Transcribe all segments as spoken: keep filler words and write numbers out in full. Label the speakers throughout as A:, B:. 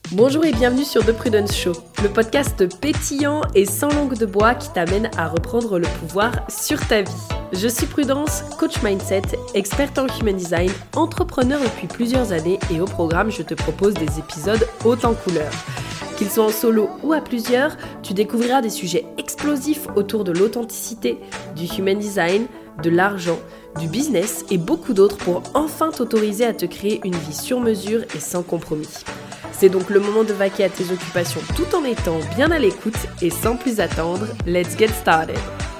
A: Bonjour et bienvenue sur The Prudence Show, le podcast pétillant et sans langue de bois qui t'amène à reprendre le pouvoir sur ta vie. Je suis Prudence, coach mindset, experte en human design, entrepreneur depuis plusieurs années et au programme, je te propose des épisodes haut en couleurs. Qu'ils soient en solo ou à plusieurs, tu découvriras des sujets explosifs autour de l'authenticité, du human design, de l'argent, du business et beaucoup d'autres pour enfin t'autoriser à te créer une vie sur mesure et sans compromis. C'est donc le moment de vaquer à tes occupations tout en étant bien à l'écoute et sans plus attendre, let's get started.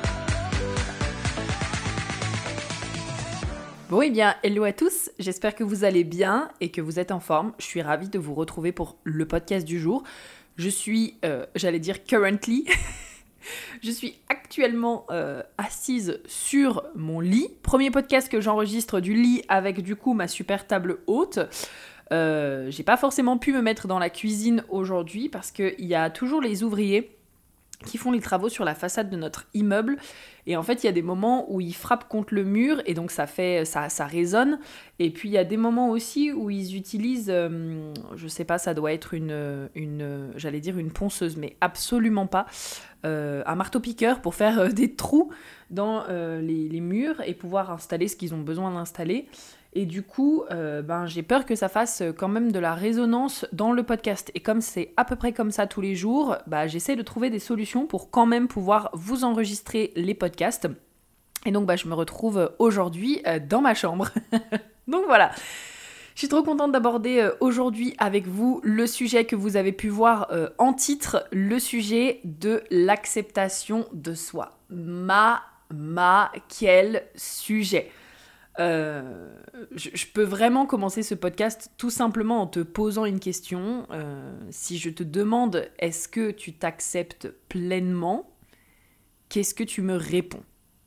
A: Bon et bien, hello à tous, j'espère que vous allez bien et que vous êtes en forme. Je suis ravie de vous retrouver pour le podcast du jour. Je suis, euh, j'allais dire currently, je suis actuellement euh, assise sur mon lit. Premier podcast que j'enregistre du lit avec du coup ma super table haute. Euh, j'ai pas forcément pu me mettre dans la cuisine aujourd'hui parce qu'il y a toujours les ouvriers qui font les travaux sur la façade de notre immeuble et en fait il y a des moments où ils frappent contre le mur et donc ça fait ça, ça résonne et puis il y a des moments aussi où ils utilisent euh, je sais pas, ça doit être une, une j'allais dire une ponceuse mais absolument pas euh, un marteau-piqueur pour faire euh, des trous dans euh, les, les murs et pouvoir installer ce qu'ils ont besoin d'installer. Et du coup, euh, ben, j'ai peur que ça fasse quand même de la résonance dans le podcast. Et comme c'est à peu près comme ça tous les jours, bah, j'essaie de trouver des solutions pour quand même pouvoir vous enregistrer les podcasts. Et donc, bah, je me retrouve aujourd'hui euh, dans ma chambre. Donc voilà, je suis trop contente d'aborder euh, aujourd'hui avec vous le sujet que vous avez pu voir euh, en titre, le sujet de l'acceptation de soi. Ma, ma, quel sujet! Euh, je, je peux vraiment commencer ce podcast tout simplement en te posant une question. Euh, si je te demande est-ce que tu t'acceptes pleinement, qu'est-ce que tu me réponds ?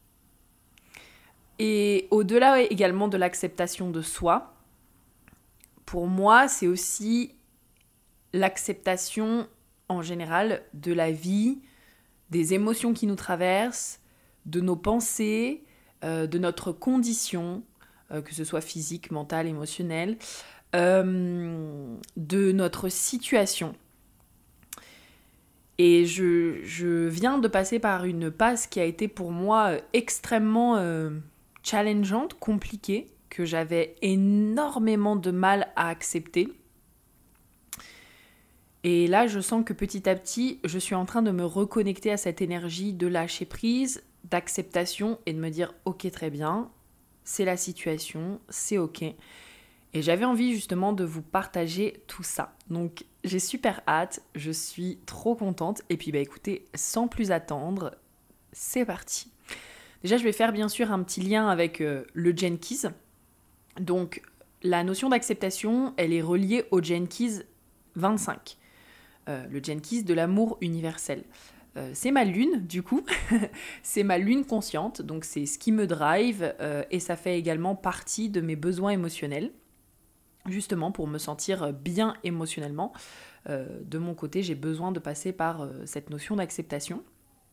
A: Et au-delà également de l'acceptation de soi, pour moi c'est aussi l'acceptation en général de la vie, des émotions qui nous traversent, de nos pensées, Euh, de notre condition, euh, que ce soit physique, mentale, émotionnelle, euh, de notre situation. Et je, je viens de passer par une passe qui a été pour moi extrêmement euh, challengeante, compliquée, que j'avais énormément de mal à accepter. Et là, je sens que petit à petit, je suis en train de me reconnecter à cette énergie de lâcher prise, d'acceptation et de me dire « Ok, très bien, c'est la situation, c'est ok ». Et j'avais envie justement de vous partager tout ça. Donc, j'ai super hâte, je suis trop contente. Et puis, bah écoutez, sans plus attendre, c'est parti. Déjà, je vais faire bien sûr un petit lien avec euh, le Gene Keys. Donc, la notion d'acceptation, elle est reliée au Gene Keys vingt-cinq. Euh, le Gene Keys de l'amour universel. Euh, c'est ma lune, du coup. C'est ma lune consciente, donc c'est ce qui me drive euh, et ça fait également partie de mes besoins émotionnels, justement pour me sentir bien émotionnellement. Euh, de mon côté, j'ai besoin de passer par euh, cette notion d'acceptation.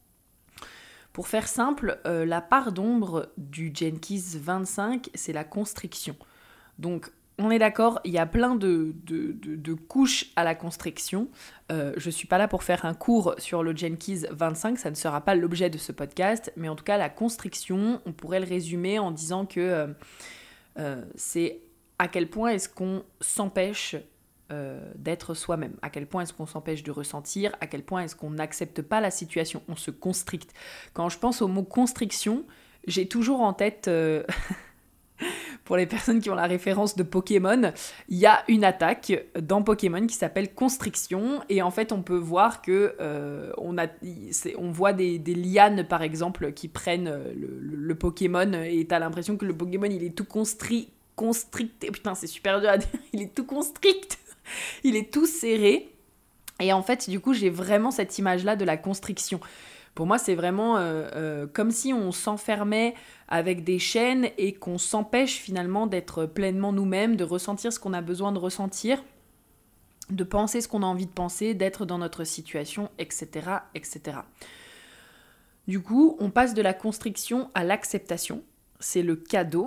A: Pour faire simple, euh, la part d'ombre du Gene Keys vingt-cinq, c'est la constriction. Donc, on est d'accord, il y a plein de, de, de, de couches à la constriction. Euh, je ne suis pas là pour faire un cours sur le Gene Keys vingt-cinq, ça ne sera pas l'objet de ce podcast, mais en tout cas, la constriction, on pourrait le résumer en disant que euh, euh, c'est à quel point est-ce qu'on s'empêche euh, d'être soi-même, à quel point est-ce qu'on s'empêche de ressentir, à quel point est-ce qu'on n'accepte pas la situation, on se constricte. Quand je pense au mot constriction, j'ai toujours en tête... Euh, pour les personnes qui ont la référence de Pokémon, il y a une attaque dans Pokémon qui s'appelle Constriction, et en fait on peut voir que euh, on, a, on voit des, des lianes par exemple qui prennent le, le, le Pokémon, et t'as l'impression que le Pokémon il est tout constri, constricté, putain c'est super dur à dire, il est tout constrict, il est tout serré, et en fait du coup j'ai vraiment cette image là de la constriction. Pour moi, c'est vraiment euh, euh, comme si on s'enfermait avec des chaînes et qu'on s'empêche finalement d'être pleinement nous-mêmes, de ressentir ce qu'on a besoin de ressentir, de penser ce qu'on a envie de penser, d'être dans notre situation, et cetera, et cetera. Du coup, on passe de la constriction à l'acceptation. C'est le cadeau.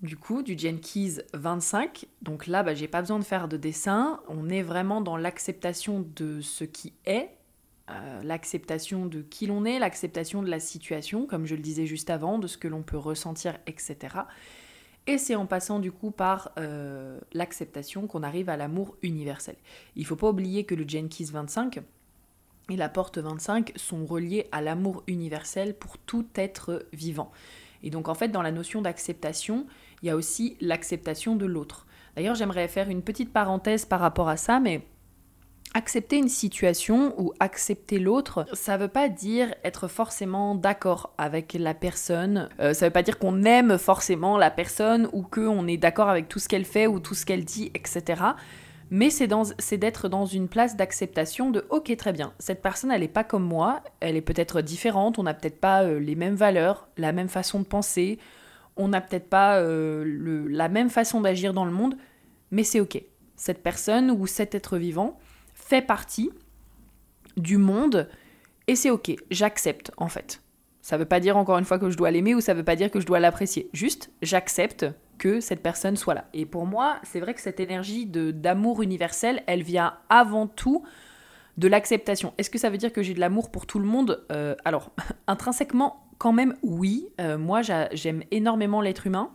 A: du coup, du Gene Keys vingt-cinq. Donc là, bah, j'ai pas besoin de faire de dessin. On est vraiment dans l'acceptation de ce qui est, euh, l'acceptation de qui l'on est, l'acceptation de la situation, comme je le disais juste avant, de ce que l'on peut ressentir, et cetera. Et c'est en passant du coup par euh, l'acceptation qu'on arrive à l'amour universel. Il ne faut pas oublier que le Gene Keys vingt-cinq et la porte vingt-cinq sont reliés à l'amour universel pour tout être vivant. Et donc en fait, dans la notion d'acceptation, il y a aussi l'acceptation de l'autre. D'ailleurs, j'aimerais faire une petite parenthèse par rapport à ça, mais accepter une situation ou accepter l'autre, ça veut pas dire être forcément d'accord avec la personne. Euh, ça veut pas dire qu'on aime forcément la personne ou qu'on est d'accord avec tout ce qu'elle fait ou tout ce qu'elle dit, et cetera. Mais c'est, dans, c'est d'être dans une place d'acceptation de « ok, très bien, cette personne, elle est pas comme moi, elle est peut-être différente, on n'a peut-être pas euh, les mêmes valeurs, la même façon de penser, on n'a peut-être pas euh, le, la même façon d'agir dans le monde, mais c'est ok. Cette personne ou cet être vivant fait partie du monde et c'est ok, j'accepte en fait. Ça veut pas dire encore une fois que je dois l'aimer ou ça veut pas dire que je dois l'apprécier. Juste, j'accepte que cette personne soit là. Et pour moi, c'est vrai que cette énergie de, d'amour universel, elle vient avant tout de l'acceptation. Est-ce que ça veut dire que j'ai de l'amour pour tout le monde ? euh, Alors, intrinsèquement, quand même, oui. Euh, moi, j'a, j'aime énormément l'être humain.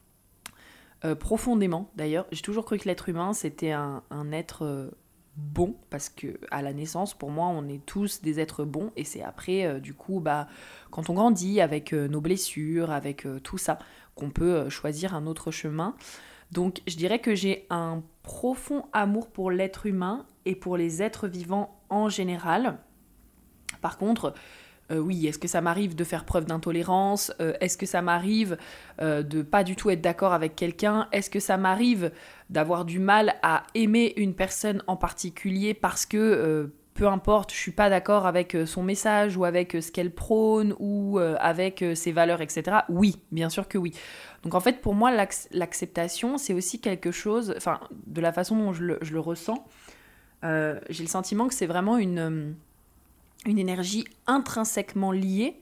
A: Euh, profondément, d'ailleurs. J'ai toujours cru que l'être humain, c'était un, un être... Euh, bon, parce que à la naissance, pour moi, on est tous des êtres bons, et c'est après, euh, du coup, bah, quand on grandit avec euh, nos blessures, avec euh, tout ça, qu'on peut euh, choisir un autre chemin. Donc, je dirais que j'ai un profond amour pour l'être humain et pour les êtres vivants en général. Par contre, Euh, oui, est-ce que ça m'arrive de faire preuve d'intolérance ? euh, Est-ce que ça m'arrive euh, de pas du tout être d'accord avec quelqu'un ? Est-ce que ça m'arrive d'avoir du mal à aimer une personne en particulier parce que, euh, peu importe, je suis pas d'accord avec son message ou avec ce qu'elle prône ou euh, avec ses valeurs, et cetera. Oui, bien sûr que oui. Donc en fait, pour moi, l'acc- l'acceptation, c'est aussi quelque chose, enfin, de la façon dont je le, je le ressens, euh, j'ai le sentiment que c'est vraiment une... une énergie intrinsèquement liée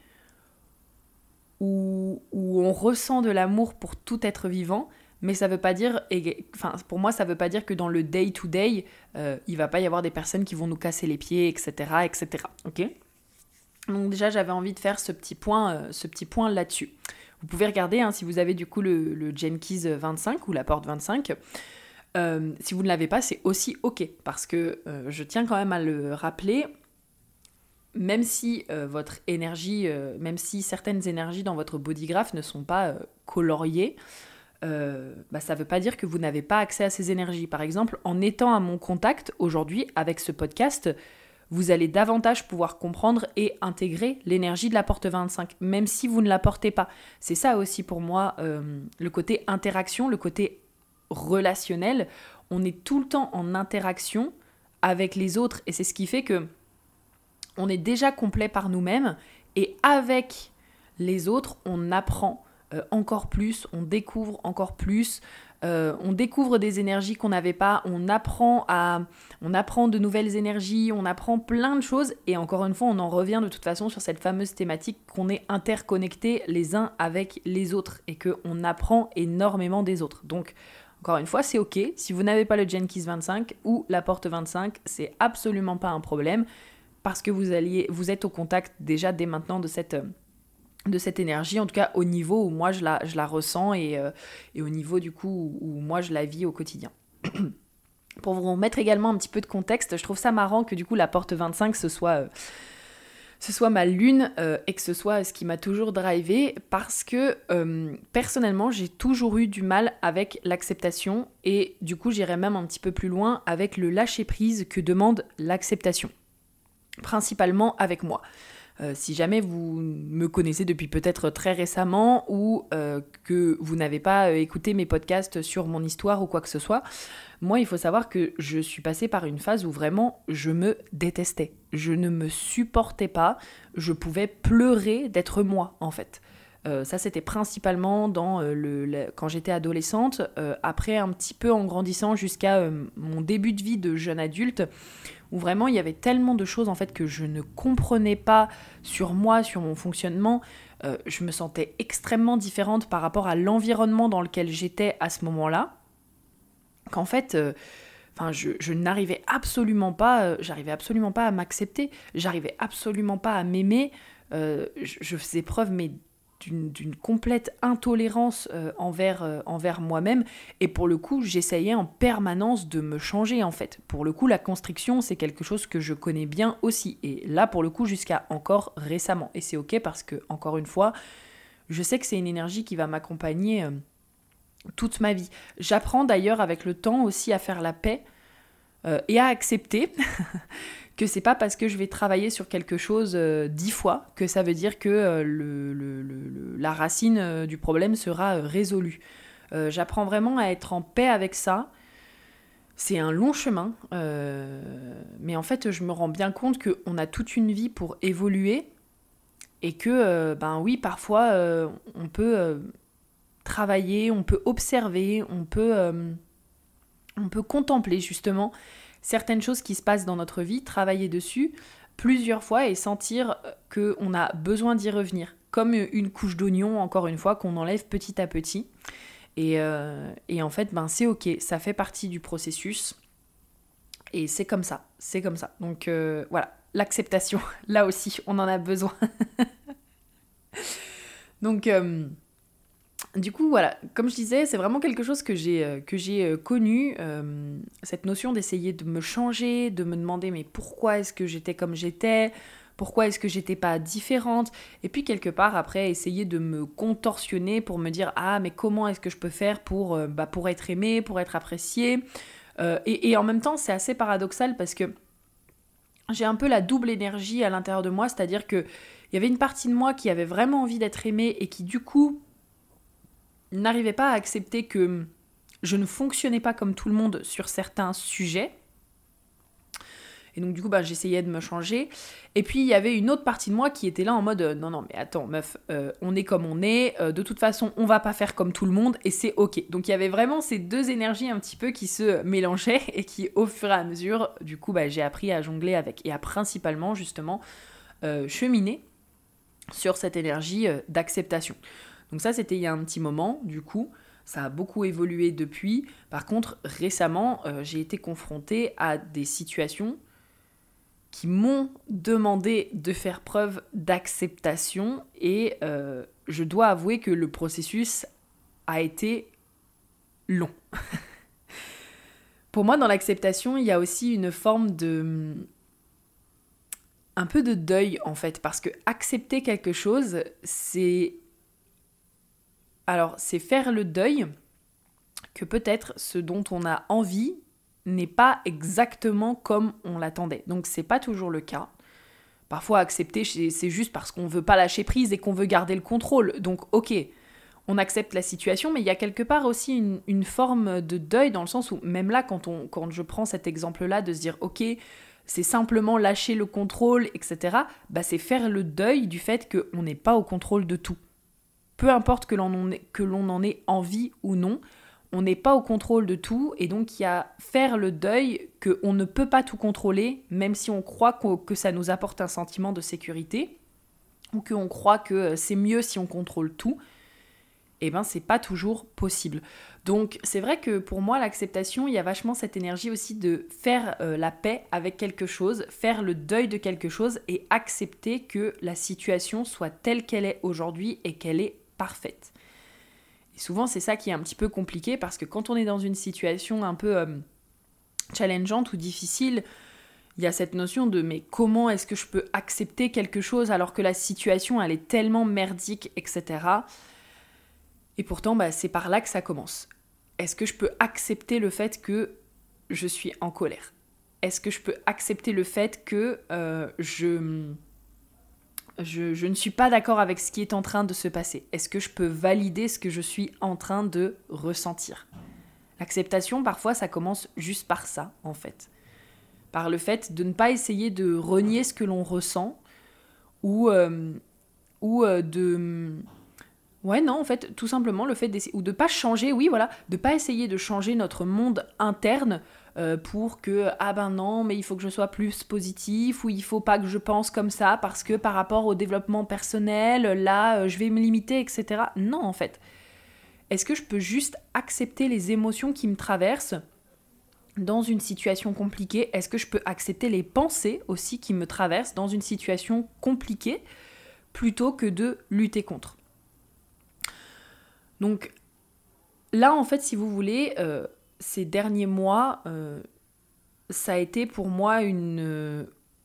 A: où, où on ressent de l'amour pour tout être vivant, mais ça veut pas dire, enfin pour moi ça veut pas dire que dans le day to day, euh, il va pas y avoir des personnes qui vont nous casser les pieds, et cetera, et cetera. Ok ? Donc déjà j'avais envie de faire ce petit point, euh, ce petit point là-dessus. Vous pouvez regarder hein, si vous avez du coup le, le Gene Keys vingt-cinq ou la porte vingt-cinq. Euh, si vous ne l'avez pas, c'est aussi ok parce que euh, je tiens quand même à le rappeler. Même si euh, votre énergie, euh, même si certaines énergies dans votre bodygraph ne sont pas euh, coloriées, euh, bah, ça ne veut pas dire que vous n'avez pas accès à ces énergies. Par exemple, en étant à mon contact aujourd'hui avec ce podcast, vous allez davantage pouvoir comprendre et intégrer l'énergie de la porte vingt-cinq, même si vous ne la portez pas. C'est ça aussi pour moi, euh, le côté interaction, le côté relationnel. On est tout le temps en interaction avec les autres et c'est ce qui fait que on est déjà complet par nous-mêmes et avec les autres, on apprend euh, encore plus, on découvre encore plus, euh, on découvre des énergies qu'on n'avait pas, on apprend, à, on apprend de nouvelles énergies, on apprend plein de choses et encore une fois, on en revient de toute façon sur cette fameuse thématique qu'on est interconnectés les uns avec les autres et qu'on apprend énormément des autres. Donc, encore une fois, c'est ok. Si vous n'avez pas le Gene Keys vingt-cinq ou la porte vingt-cinq, c'est absolument pas un problème. Parce que vous, alliez, vous êtes au contact déjà dès maintenant de cette, de cette énergie, en tout cas au niveau où moi je la, je la ressens et, euh, et au niveau du coup où, où moi je la vis au quotidien. Pour vous remettre également un petit peu de contexte, je trouve ça marrant que du coup la porte vingt-cinq ce soit, euh, ce soit ma lune euh, et que ce soit ce qui m'a toujours drivé parce que euh, personnellement j'ai toujours eu du mal avec l'acceptation et du coup j'irais même un petit peu plus loin avec le lâcher prise que demande l'acceptation. Principalement avec moi. Euh, si jamais vous me connaissez depuis peut-être très récemment ou euh, que vous n'avez pas écouté mes podcasts sur mon histoire ou quoi que ce soit, moi il faut savoir que je suis passée par une phase où vraiment je me détestais. Je ne me supportais pas, je pouvais pleurer d'être moi en fait. Euh, ça c'était principalement dans, euh, le, le, quand j'étais adolescente, euh, après un petit peu en grandissant jusqu'à euh, mon début de vie de jeune adulte, où vraiment il y avait tellement de choses en fait que je ne comprenais pas sur moi, sur mon fonctionnement. Euh, je me sentais extrêmement différente par rapport à l'environnement dans lequel j'étais à ce moment-là, qu'en fait, euh, enfin, je, je n'arrivais absolument pas, euh, j'arrivais absolument pas à m'accepter, j'arrivais absolument pas à m'aimer, euh, je, je faisais preuve mais d'une, d'une complète intolérance euh, envers, euh, envers moi-même, et pour le coup, j'essayais en permanence de me changer, en fait. Pour le coup, la constriction, c'est quelque chose que je connais bien aussi, et là, pour le coup, jusqu'à encore récemment, et c'est ok parce que, encore une fois, je sais que c'est une énergie qui va m'accompagner euh, toute ma vie. J'apprends d'ailleurs avec le temps aussi à faire la paix euh, et à accepter que c'est pas parce que je vais travailler sur quelque chose euh, dix fois que ça veut dire que euh, le, le, le, la racine euh, du problème sera euh, résolue. Euh, j'apprends vraiment à être en paix avec ça. C'est un long chemin, euh, mais en fait je me rends bien compte qu'on a toute une vie pour évoluer et que, euh, ben oui, parfois euh, on peut euh, travailler, on peut observer, on peut, euh, on peut contempler justement certaines choses qui se passent dans notre vie, travailler dessus plusieurs fois et sentir qu'on a besoin d'y revenir. Comme une couche d'oignon, encore une fois, qu'on enlève petit à petit. Et, euh, et en fait, ben, c'est ok, ça fait partie du processus. Et c'est comme ça, c'est comme ça. Donc euh, voilà, l'acceptation, là aussi, on en a besoin. Donc... Euh, Du coup, voilà, comme je disais, c'est vraiment quelque chose que j'ai, euh, que j'ai euh, connu, euh, cette notion d'essayer de me changer, de me demander mais pourquoi est-ce que j'étais comme j'étais, pourquoi est-ce que j'étais pas différente, et puis quelque part après essayer de me contorsionner pour me dire ah mais comment est-ce que je peux faire pour, euh, bah, pour être aimée, pour être appréciée, euh, et, et en même temps c'est assez paradoxal parce que j'ai un peu la double énergie à l'intérieur de moi, c'est-à-dire que il y avait une partie de moi qui avait vraiment envie d'être aimée et qui du coup n'arrivais pas à accepter que je ne fonctionnais pas comme tout le monde sur certains sujets. Et donc du coup, bah, j'essayais de me changer. Et puis il y avait une autre partie de moi qui était là en mode euh, non, non, mais attends, meuf, euh, on est comme on est. Euh, de toute façon, on va pas faire comme tout le monde et c'est ok. Donc il y avait vraiment ces deux énergies un petit peu qui se mélangeaient et qui, au fur et à mesure, du coup, bah, j'ai appris à jongler avec et à principalement justement euh, cheminer sur cette énergie euh, d'acceptation. Donc ça, c'était il y a un petit moment, du coup, ça a beaucoup évolué depuis. Par contre, récemment, euh, j'ai été confrontée à des situations qui m'ont demandé de faire preuve d'acceptation et euh, je dois avouer que le processus a été long. Pour moi, dans l'acceptation, il y a aussi une forme de... un peu de deuil, en fait, parce que accepter quelque chose, c'est... Alors, c'est faire le deuil que peut-être ce dont on a envie n'est pas exactement comme on l'attendait. Donc, c'est pas toujours le cas. Parfois, accepter, c'est juste parce qu'on veut pas lâcher prise et qu'on veut garder le contrôle. Donc, ok, on accepte la situation, mais il y a quelque part aussi une, une forme de deuil dans le sens où, même là, quand, on, quand je prends cet exemple-là, de se dire, ok, c'est simplement lâcher le contrôle, et cetera, bah, c'est faire le deuil du fait qu'on n'est pas au contrôle de tout. Peu importe que l'on, ait, que l'on en ait envie ou non, on n'est pas au contrôle de tout, et donc il y a faire le deuil qu'on ne peut pas tout contrôler, même si on croit que ça nous apporte un sentiment de sécurité, ou qu'on croit que c'est mieux si on contrôle tout, et ben c'est pas toujours possible. Donc c'est vrai que pour moi l'acceptation, il y a vachement cette énergie aussi de faire euh, la paix avec quelque chose, faire le deuil de quelque chose et accepter que la situation soit telle qu'elle est aujourd'hui et qu'elle est parfaite. Et souvent c'est ça qui est un petit peu compliqué parce que quand on est dans une situation un peu euh, challengeante ou difficile, il y a cette notion de mais comment est-ce que je peux accepter quelque chose alors que la situation elle est tellement merdique, et cetera. Et pourtant, bah, c'est par là que ça commence. Est-ce que je peux accepter le fait que je suis en colère ? Est-ce que je peux accepter le fait que euh, je, je, je ne suis pas d'accord avec ce qui est en train de se passer ? Est-ce que je peux valider ce que je suis en train de ressentir ? L'acceptation, parfois, ça commence juste par ça, en fait. Par le fait de ne pas essayer de renier ce que l'on ressent ou, euh, ou euh, de... Ouais, non, en fait, tout simplement, le fait d'essayer, ou de pas changer, oui, voilà, de pas essayer de changer notre monde interne euh, pour que, ah ben non, mais il faut que je sois plus positif, ou il faut pas que je pense comme ça, parce que par rapport au développement personnel, là, euh, je vais me limiter, et cetera. Non, en fait. Est-ce que je peux juste accepter les émotions qui me traversent dans une situation compliquée? Est-ce que je peux accepter les pensées aussi qui me traversent dans une situation compliquée plutôt que de lutter contre? Donc là, en fait, si vous voulez, euh, ces derniers mois, euh, ça a été pour moi une... Euh,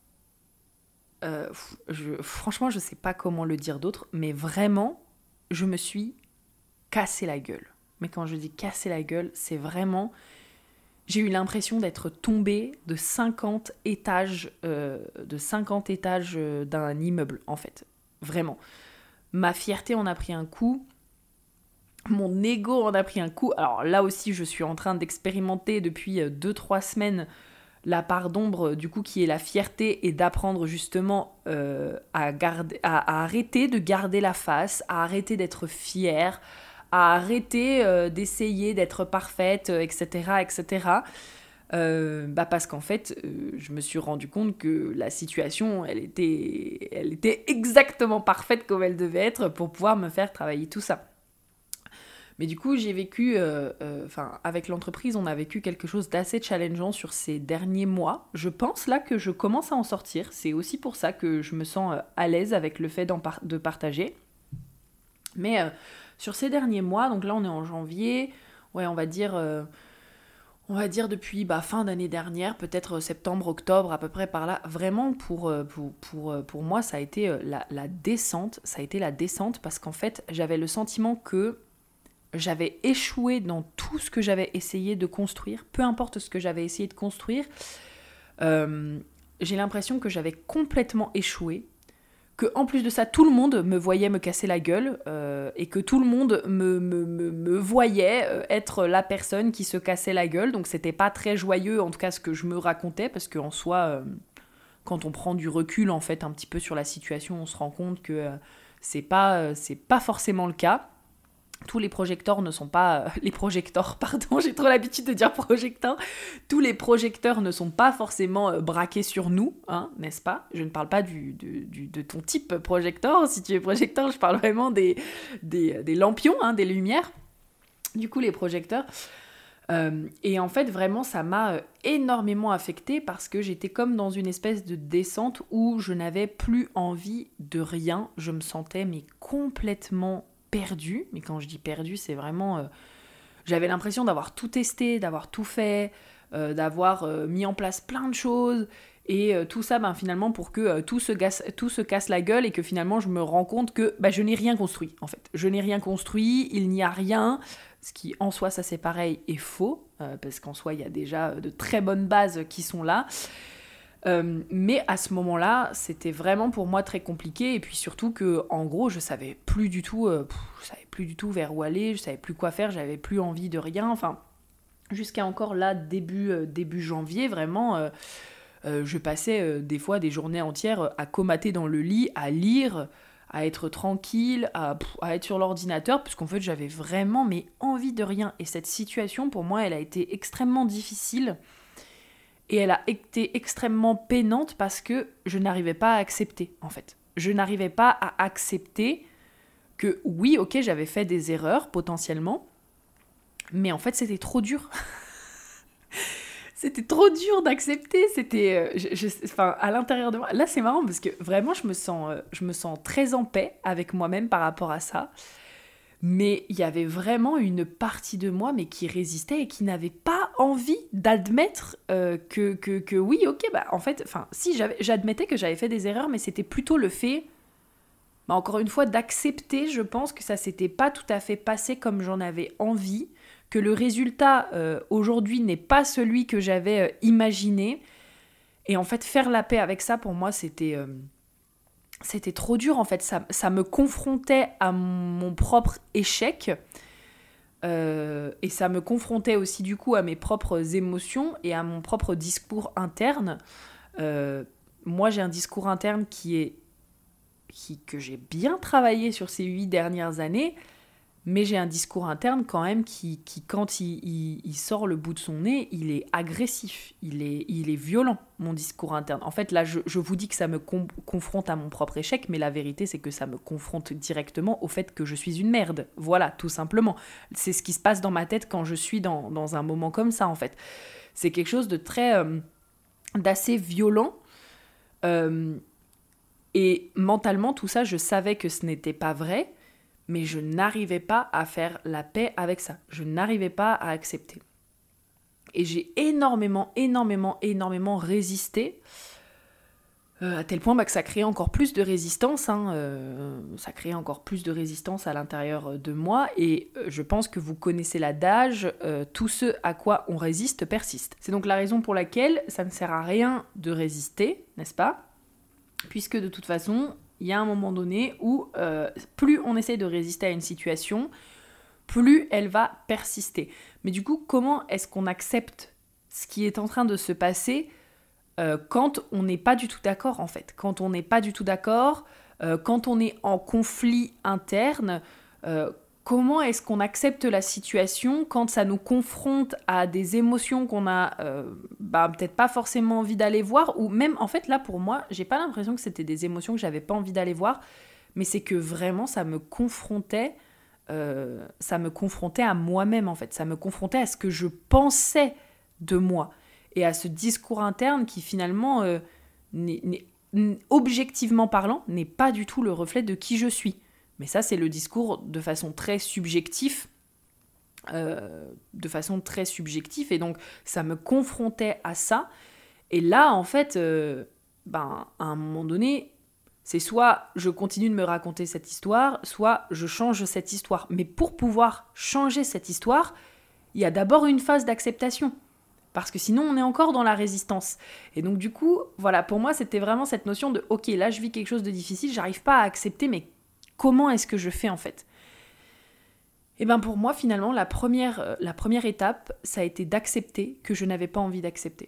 A: je, franchement, je sais pas comment le dire d'autre, mais vraiment, je me suis cassé la gueule. Mais quand je dis casser la gueule, c'est vraiment... J'ai eu l'impression d'être tombée de cinquante étages, euh, de cinquante étages euh, d'un immeuble, en fait. Vraiment. Ma fierté en a pris un coup. Mon ego en a pris un coup. Alors là aussi, je suis en train d'expérimenter depuis deux trois semaines la part d'ombre, du coup, qui est la fierté, et d'apprendre justement euh, à, garder, à, à arrêter de garder la face, à arrêter d'être fière, à arrêter euh, d'essayer d'être parfaite, euh, et cetera, et cetera. Euh, bah parce qu'en fait, euh, je me suis rendu compte que la situation, elle était, elle était exactement parfaite comme elle devait être pour pouvoir me faire travailler tout ça. Mais du coup, j'ai vécu, euh, euh, enfin, avec l'entreprise, on a vécu quelque chose d'assez challengeant sur ces derniers mois. Je pense là que je commence à en sortir. C'est aussi pour ça que je me sens euh, à l'aise avec le fait d'en par- de partager. Mais euh, sur ces derniers mois, donc là on est en janvier, ouais, on va dire, euh, on va dire depuis bah, fin d'année dernière, peut-être septembre, octobre, à peu près par là. Vraiment, pour, euh, pour, pour, euh, pour moi, ça a été euh, la, la descente. Ça a été la descente parce qu'en fait, j'avais le sentiment que j'avais échoué dans tout ce que j'avais essayé de construire, peu importe ce que j'avais essayé de construire. Euh, j'ai l'impression que j'avais complètement échoué, que en plus de ça, tout le monde me voyait me casser la gueule, euh, et que tout le monde me, me, me, me voyait euh, être la personne qui se cassait la gueule. Donc c'était pas très joyeux, en tout cas ce que je me racontais, parce qu'en soi, euh, quand on prend du recul en fait un petit peu sur la situation, on se rend compte que euh, c'est pas, euh, c'est pas forcément le cas. Tous les projecteurs ne sont pas... Euh, les projecteurs, pardon, j'ai trop l'habitude de dire projecteurs. Tous les projecteurs ne sont pas forcément euh, braqués sur nous, hein, n'est-ce pas? Je ne parle pas du, du, du, de ton type projecteur. Si tu es projecteur, je parle vraiment des, des, des lampions, hein, des lumières. Du coup, les projecteurs. Euh, et en fait, vraiment, ça m'a euh, énormément affectée parce que j'étais comme dans une espèce de descente où je n'avais plus envie de rien. Je me sentais mais complètement perdue. Mais quand je dis perdue, c'est vraiment... Euh, j'avais l'impression d'avoir tout testé, d'avoir tout fait, euh, d'avoir euh, mis en place plein de choses. Et euh, tout ça, ben, finalement, pour que euh, tout, se gasse, tout se casse la gueule et que finalement, je me rends compte que ben, je n'ai rien construit, en fait. Je n'ai rien construit, il n'y a rien. Ce qui, en soi, ça c'est pareil, est faux. Euh, parce qu'en soi, il y a déjà de très bonnes bases qui sont là. Euh, mais à ce moment-là, c'était vraiment pour moi très compliqué. Et puis surtout que, en gros, je savais plus du tout, euh, pff, je savais plus du tout vers où aller, je savais plus quoi faire, j'avais plus envie de rien. Enfin, jusqu'à encore là, début, euh, début janvier, vraiment, euh, euh, je passais euh, des fois des journées entières à comater dans le lit, à lire, à être tranquille, à, pff, à être sur l'ordinateur, parce qu'en fait, j'avais vraiment mais envie de rien. Et cette situation, pour moi, elle a été extrêmement difficile. Et elle a été extrêmement peinante parce que je n'arrivais pas à accepter, en fait. Je n'arrivais pas à accepter que, oui, ok, j'avais fait des erreurs, potentiellement, mais en fait, c'était trop dur. C'était trop dur d'accepter. C'était, euh, je, je, enfin, à l'intérieur de moi. Là, c'est marrant parce que vraiment, je me sens, euh, je me sens très en paix avec moi-même par rapport à ça. Mais il y avait vraiment une partie de moi mais qui résistait et qui n'avait pas envie d'admettre euh, que, que, que oui, ok, bah en fait, enfin, si, j'avais, j'admettais que j'avais fait des erreurs, mais c'était plutôt le fait, bah, encore une fois, d'accepter, je pense que ça s'était pas tout à fait passé comme j'en avais envie, que le résultat euh, aujourd'hui n'est pas celui que j'avais euh, imaginé. Et en fait, faire la paix avec ça, pour moi, c'était... Euh, C'était trop dur en fait, ça, ça me confrontait à mon propre échec euh, et ça me confrontait aussi du coup à mes propres émotions et à mon propre discours interne. Euh, moi j'ai un discours interne qui est qui, que j'ai bien travaillé sur ces huit dernières années, Mais j'ai un discours interne quand même qui, qui quand il, il, il sort le bout de son nez, il est agressif, il est, il est violent, mon discours interne. En fait, là, je, je vous dis que ça me com- confronte à mon propre échec, mais la vérité, c'est que ça me confronte directement au fait que je suis une merde. Voilà, tout simplement. C'est ce qui se passe dans ma tête quand je suis dans, dans un moment comme ça, en fait. C'est quelque chose de très... Euh, d'assez violent. Euh, et mentalement, tout ça, je savais que ce n'était pas vrai, mais je n'arrivais pas à faire la paix avec ça. Je n'arrivais pas à accepter. Et j'ai énormément, énormément, énormément résisté, euh, à tel point bah, que ça créait encore plus de résistance. Hein, euh, ça créait encore plus de résistance à l'intérieur de moi. Et euh, je pense que vous connaissez l'adage, euh, tout ce à quoi on résiste persiste. C'est donc la raison pour laquelle ça ne sert à rien de résister, n'est-ce pas ? Puisque de toute façon... il y a un moment donné où euh, plus on essaye de résister à une situation, plus elle va persister. Mais du coup, comment est-ce qu'on accepte ce qui est en train de se passer euh, quand on n'est pas du tout d'accord, en fait ? Quand on n'est pas du tout d'accord, euh, quand on est en conflit interne, euh, comment est-ce qu'on accepte la situation quand ça nous confronte à des émotions qu'on a euh, bah, peut-être pas forcément envie d'aller voir, ou même, en fait, là, pour moi, j'ai pas l'impression que c'était des émotions que j'avais pas envie d'aller voir, mais c'est que vraiment, ça me confrontait, euh, ça me confrontait à moi-même, en fait. Ça me confrontait à ce que je pensais de moi, et à ce discours interne qui, finalement, euh, n'est, n'est, objectivement parlant, n'est pas du tout le reflet de qui je suis. Mais ça, c'est le discours de façon très subjective, euh, de façon très subjective, et donc ça me confrontait à ça. Et là, en fait, euh, ben, à un moment donné, c'est soit je continue de me raconter cette histoire, soit je change cette histoire. Mais pour pouvoir changer cette histoire, il y a d'abord une phase d'acceptation. Parce que sinon, on est encore dans la résistance. Et donc, du coup, voilà, pour moi, c'était vraiment cette notion de « Ok, là, je vis quelque chose de difficile, j'arrive pas à accepter, mais comment est-ce que je fais, en fait ?» Et bien, pour moi, finalement, la première, euh, la première étape, ça a été d'accepter que je n'avais pas envie d'accepter.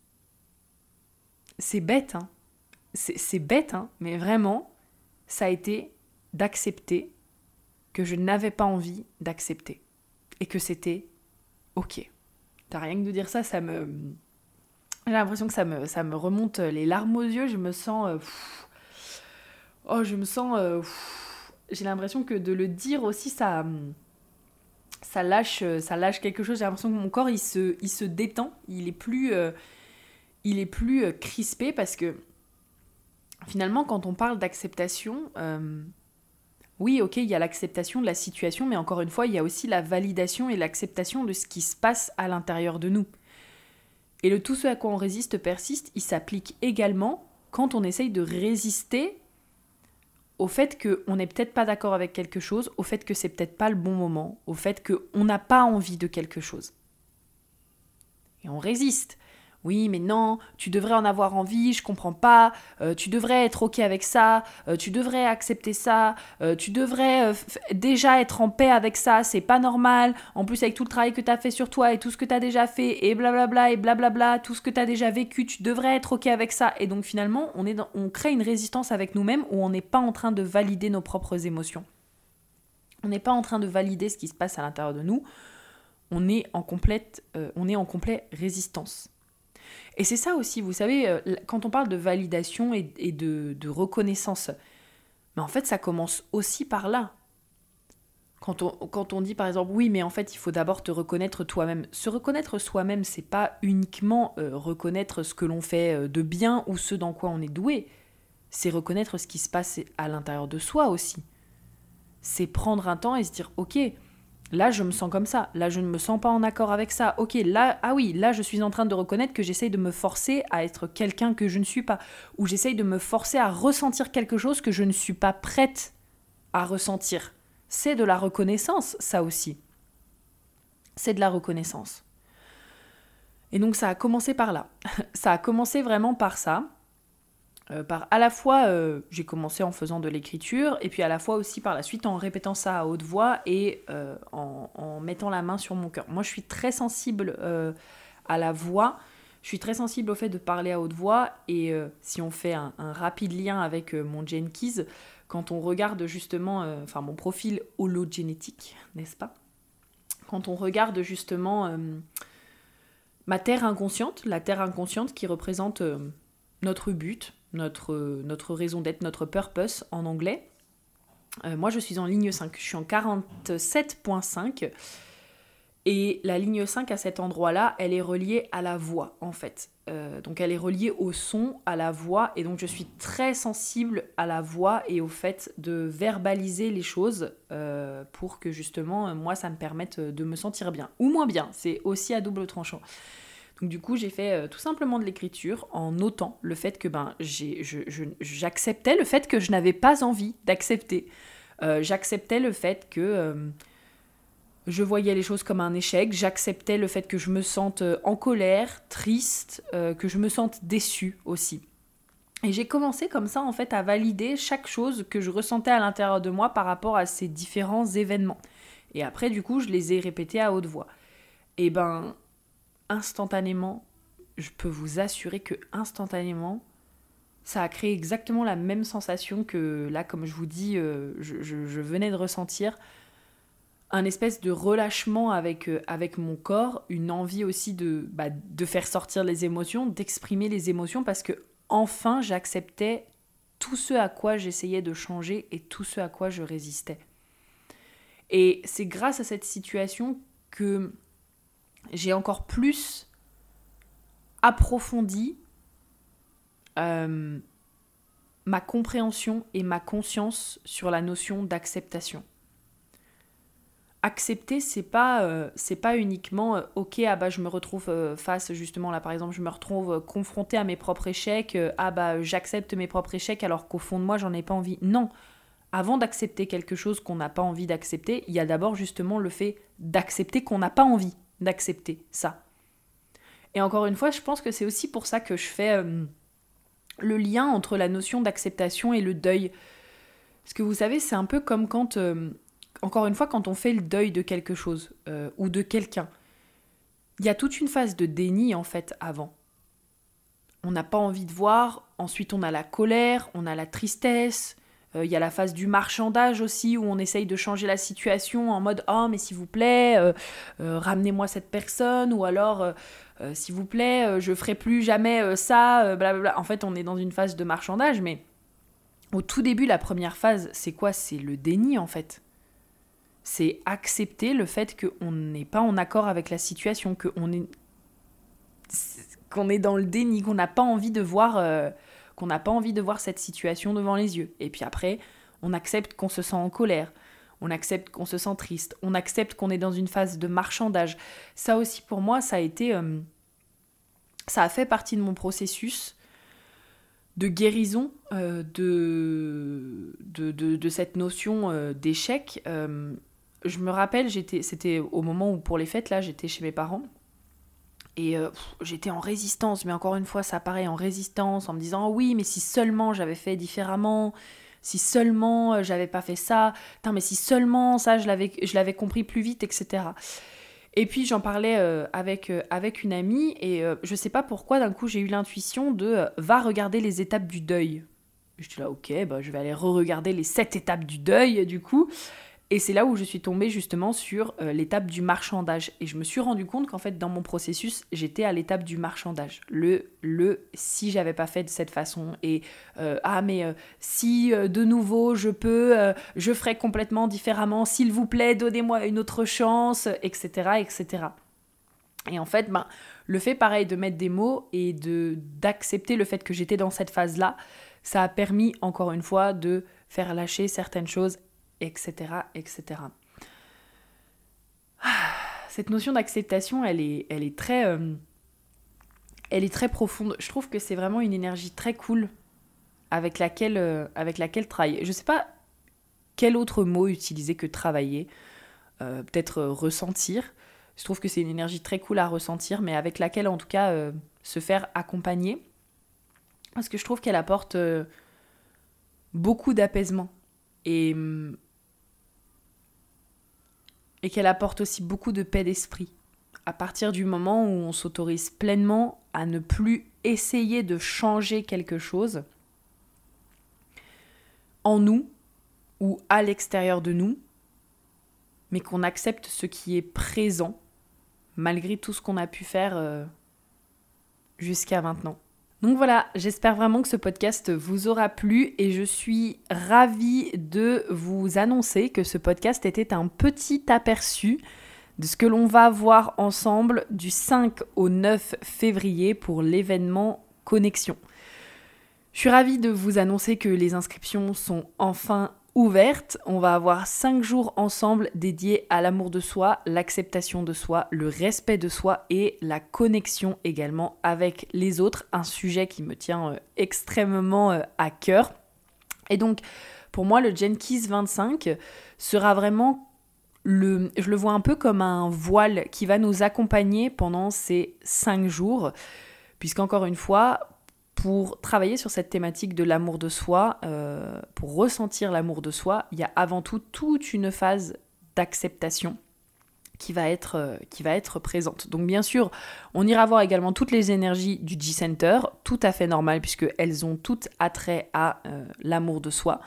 A: C'est bête, hein. C'est, c'est bête, hein, mais vraiment, ça a été d'accepter que je n'avais pas envie d'accepter. Et que c'était ok. T'as rien que de dire ça, ça me... J'ai l'impression que ça me, ça me remonte les larmes aux yeux, je me sens... Euh, pff, oh, je me sens... Euh, pff, j'ai l'impression que de le dire aussi, ça... Ça lâche, ça lâche quelque chose, j'ai l'impression que mon corps, il se, il se détend, il est plus... Euh, il est plus euh, crispé parce que... Finalement, quand on parle d'acceptation... Euh, oui, ok, il y a l'acceptation de la situation, mais encore une fois, il y a aussi la validation et l'acceptation de ce qui se passe à l'intérieur de nous. Et le tout ce à quoi on résiste persiste, il s'applique également quand on essaye de résister au fait qu'on n'est peut-être pas d'accord avec quelque chose, au fait que c'est peut-être pas le bon moment, au fait qu'on n'a pas envie de quelque chose. Et on résiste. Oui, mais non, tu devrais en avoir envie, je comprends pas, euh, tu devrais être ok avec ça, euh, tu devrais accepter ça, euh, tu devrais euh, f- déjà être en paix avec ça, c'est pas normal, en plus avec tout le travail que t'as fait sur toi et tout ce que t'as déjà fait, et blablabla, et blablabla, tout ce que t'as déjà vécu, tu devrais être ok avec ça. Et donc finalement, on, est dans, on crée une résistance avec nous-mêmes où on n'est pas en train de valider nos propres émotions. On n'est pas en train de valider ce qui se passe à l'intérieur de nous, on est en complète, euh, on est en complète résistance. Et c'est ça aussi, vous savez, quand on parle de validation et, et de, de reconnaissance, mais en fait, ça commence aussi par là. Quand on, quand on dit par exemple, oui, mais en fait, il faut d'abord te reconnaître toi-même. Se reconnaître soi-même, c'est pas uniquement euh, reconnaître ce que l'on fait de bien ou ce dans quoi on est doué. C'est reconnaître ce qui se passe à l'intérieur de soi aussi. C'est prendre un temps et se dire, ok, là, je me sens comme ça. Là, je ne me sens pas en accord avec ça. Ok, là, ah oui, là, je suis en train de reconnaître que j'essaye de me forcer à être quelqu'un que je ne suis pas. Ou j'essaye de me forcer à ressentir quelque chose que je ne suis pas prête à ressentir. C'est de la reconnaissance, ça aussi. C'est de la reconnaissance. Et donc, ça a commencé par là. Ça a commencé vraiment par ça. Euh, par à la fois, euh, j'ai commencé en faisant de l'écriture, et puis à la fois aussi par la suite en répétant ça à haute voix et euh, en, en mettant la main sur mon cœur. Moi, je suis très sensible euh, à la voix, Je suis très sensible au fait de parler à haute voix et euh, si on fait un, un rapide lien avec euh, mon gene keys, quand on regarde justement, euh, enfin mon profil hologénétique, n'est-ce pas? Quand on regarde justement euh, ma terre inconsciente, la terre inconsciente qui représente euh, notre but, notre, euh, notre raison d'être, notre purpose en anglais. Euh, moi je suis en ligne cinq, je suis en quarante-sept virgule cinq. Et la ligne cinq à cet endroit-là, elle est reliée à la voix, en fait. Euh, donc elle est reliée au son, à la voix, et donc je suis très sensible à la voix et au fait de verbaliser les choses euh, pour que justement, moi, ça me permette de me sentir bien. Ou moins bien, c'est aussi à double tranchant. Donc du coup, j'ai fait euh, tout simplement de l'écriture en notant le fait que ben, j'ai, je, je, j'acceptais le fait que je n'avais pas envie d'accepter. Euh, j'acceptais le fait que... Euh, je voyais les choses comme un échec, j'acceptais le fait que je me sente en colère, triste, euh, que je me sente déçue aussi. Et j'ai commencé comme ça en fait à valider chaque chose que je ressentais à l'intérieur de moi par rapport à ces différents événements. Et après du coup je les ai répétés à haute voix. Et ben instantanément, je peux vous assurer que instantanément, ça a créé exactement la même sensation que là comme je vous dis, euh, je, je, je venais de ressentir. Un espèce de relâchement avec, euh, avec mon corps, une envie aussi de, bah, de faire sortir les émotions, d'exprimer les émotions, parce que enfin j'acceptais tout ce à quoi j'essayais de changer et tout ce à quoi je résistais. Et c'est grâce à cette situation que j'ai encore plus approfondi euh, ma compréhension et ma conscience sur la notion d'acceptation. Accepter, c'est pas, euh, c'est pas uniquement euh, ok, ah bah je me retrouve euh, face justement là par exemple, je me retrouve euh, confrontée à mes propres échecs, euh, ah bah j'accepte mes propres échecs alors qu'au fond de moi j'en ai pas envie. Non, avant d'accepter quelque chose qu'on n'a pas envie d'accepter, il y a d'abord justement le fait d'accepter qu'on n'a pas envie d'accepter ça. Et encore une fois, je pense que c'est aussi pour ça que je fais euh, le lien entre la notion d'acceptation et le deuil. Parce que vous savez, c'est un peu comme quand... Euh, encore une fois, quand on fait le deuil de quelque chose euh, ou de quelqu'un, il y a toute une phase de déni en fait avant. On n'a pas envie de voir, ensuite on a la colère, on a la tristesse, euh, il y a la phase du marchandage aussi où on essaye de changer la situation en mode « Oh mais s'il vous plaît, euh, euh, ramenez-moi cette personne » ou alors euh, euh, « S'il vous plaît, euh, je ferai plus jamais euh, ça, euh, blablabla ». En fait, on est dans une phase de marchandage, mais au tout début, la première phase, c'est quoi ? C'est le déni en fait. C'est accepter le fait qu'on n'est pas en accord avec la situation, qu'on est, qu'on est dans le déni, qu'on n'a pas envie de voir, euh, qu'on n'a pas envie de voir cette situation devant les yeux. Et puis après, on accepte qu'on se sent en colère, on accepte qu'on se sent triste, on accepte qu'on est dans une phase de marchandage. Ça aussi, pour moi, ça a été, euh, ça a fait partie de mon processus de guérison euh, de, de, de, de cette notion euh, d'échec. Euh, Je me rappelle, j'étais, c'était au moment où pour les fêtes, là, j'étais chez mes parents. Et euh, pff, j'étais en résistance, mais encore une fois, ça paraît en résistance, en me disant oh, « Oui, mais si seulement j'avais fait différemment, si seulement euh, j'avais pas fait ça, putain, mais si seulement ça, je l'avais, je l'avais compris plus vite, et cetera » Et puis j'en parlais euh, avec, euh, avec une amie, et euh, je sais pas pourquoi, d'un coup, j'ai eu l'intuition de euh, « Va regarder les étapes du deuil ». J'étais là, ok, bah, je vais aller re-regarder les sept étapes du deuil, du coup. Et c'est là où je suis tombée justement sur euh, l'étape du marchandage. Et je me suis rendu compte qu'en fait, dans mon processus, j'étais à l'étape du marchandage. Le, le si j'avais pas fait de cette façon. Et euh, ah, mais euh, si euh, de nouveau je peux, euh, je ferai complètement différemment. S'il vous plaît, donnez-moi une autre chance, et cetera, et cetera. Et en fait, ben, le fait pareil de mettre des mots et de, d'accepter le fait que j'étais dans cette phase-là, ça a permis encore une fois de faire lâcher certaines choses, et cetera, et cetera. Cette notion d'acceptation, elle est, elle est très, euh, elle est très profonde. Je trouve que c'est vraiment une énergie très cool avec laquelle, euh, avec laquelle travailler. Je sais pas quel autre mot utiliser que travailler, euh, peut-être euh, ressentir. Je trouve que c'est une énergie très cool à ressentir, mais avec laquelle en tout cas euh, se faire accompagner, parce que je trouve qu'elle apporte euh, beaucoup d'apaisement et et qu'elle apporte aussi beaucoup de paix d'esprit à partir du moment où on s'autorise pleinement à ne plus essayer de changer quelque chose en nous ou à l'extérieur de nous, mais qu'on accepte ce qui est présent, malgré tout ce qu'on a pu faire euh, jusqu'à maintenant. Donc voilà, j'espère vraiment que ce podcast vous aura plu et je suis ravie de vous annoncer que ce podcast était un petit aperçu de ce que l'on va voir ensemble du cinq au neuf février pour l'événement Connexion. Je suis ravie de vous annoncer que les inscriptions sont enfin ouvertes. On va avoir cinq jours ensemble dédiés à l'amour de soi, l'acceptation de soi, le respect de soi et la connexion également avec les autres. Un sujet qui me tient euh, extrêmement euh, à cœur. Et donc, pour moi, le Genkies vingt-cinq sera vraiment, le, je le vois un peu comme un voile qui va nous accompagner pendant ces cinq jours. Puisqu'encore une fois, pour travailler sur cette thématique de l'amour de soi, euh, pour ressentir l'amour de soi, il y a avant tout toute une phase d'acceptation qui va être, euh, qui va être présente. Donc bien sûr, on ira voir également toutes les énergies du G-Center, tout à fait normal puisqu'elles ont toutes attrait à euh, l'amour de soi.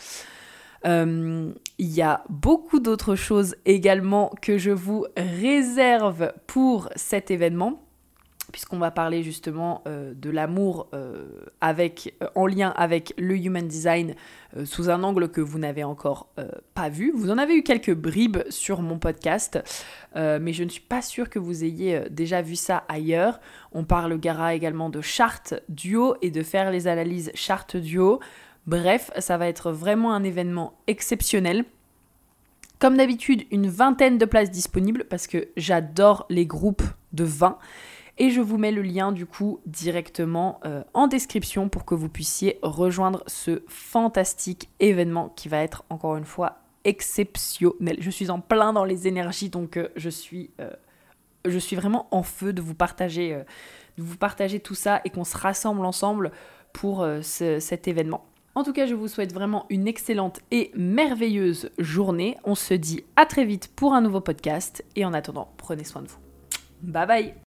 A: Euh, il y a beaucoup d'autres choses également que je vous réserve pour cet événement, puisqu'on va parler justement euh, de l'amour euh, avec, euh, en lien avec le Human Design euh, sous un angle que vous n'avez encore euh, pas vu. Vous en avez eu quelques bribes sur mon podcast, euh, mais je ne suis pas sûre que vous ayez euh, déjà vu ça ailleurs. On parlera également de charte duo et de faire les analyses charte duo. Bref, ça va être vraiment un événement exceptionnel. Comme d'habitude, une vingtaine de places disponibles parce que j'adore les groupes de vingt. Et je vous mets le lien du coup directement euh, en description pour que vous puissiez rejoindre ce fantastique événement qui va être encore une fois exceptionnel. Je suis en plein dans les énergies donc euh, je, suis, euh, je suis vraiment en feu de vous partager, euh, de vous partager tout ça et qu'on se rassemble ensemble pour euh, ce, cet événement. En tout cas, je vous souhaite vraiment une excellente et merveilleuse journée. On se dit à très vite pour un nouveau podcast et en attendant, prenez soin de vous. Bye bye!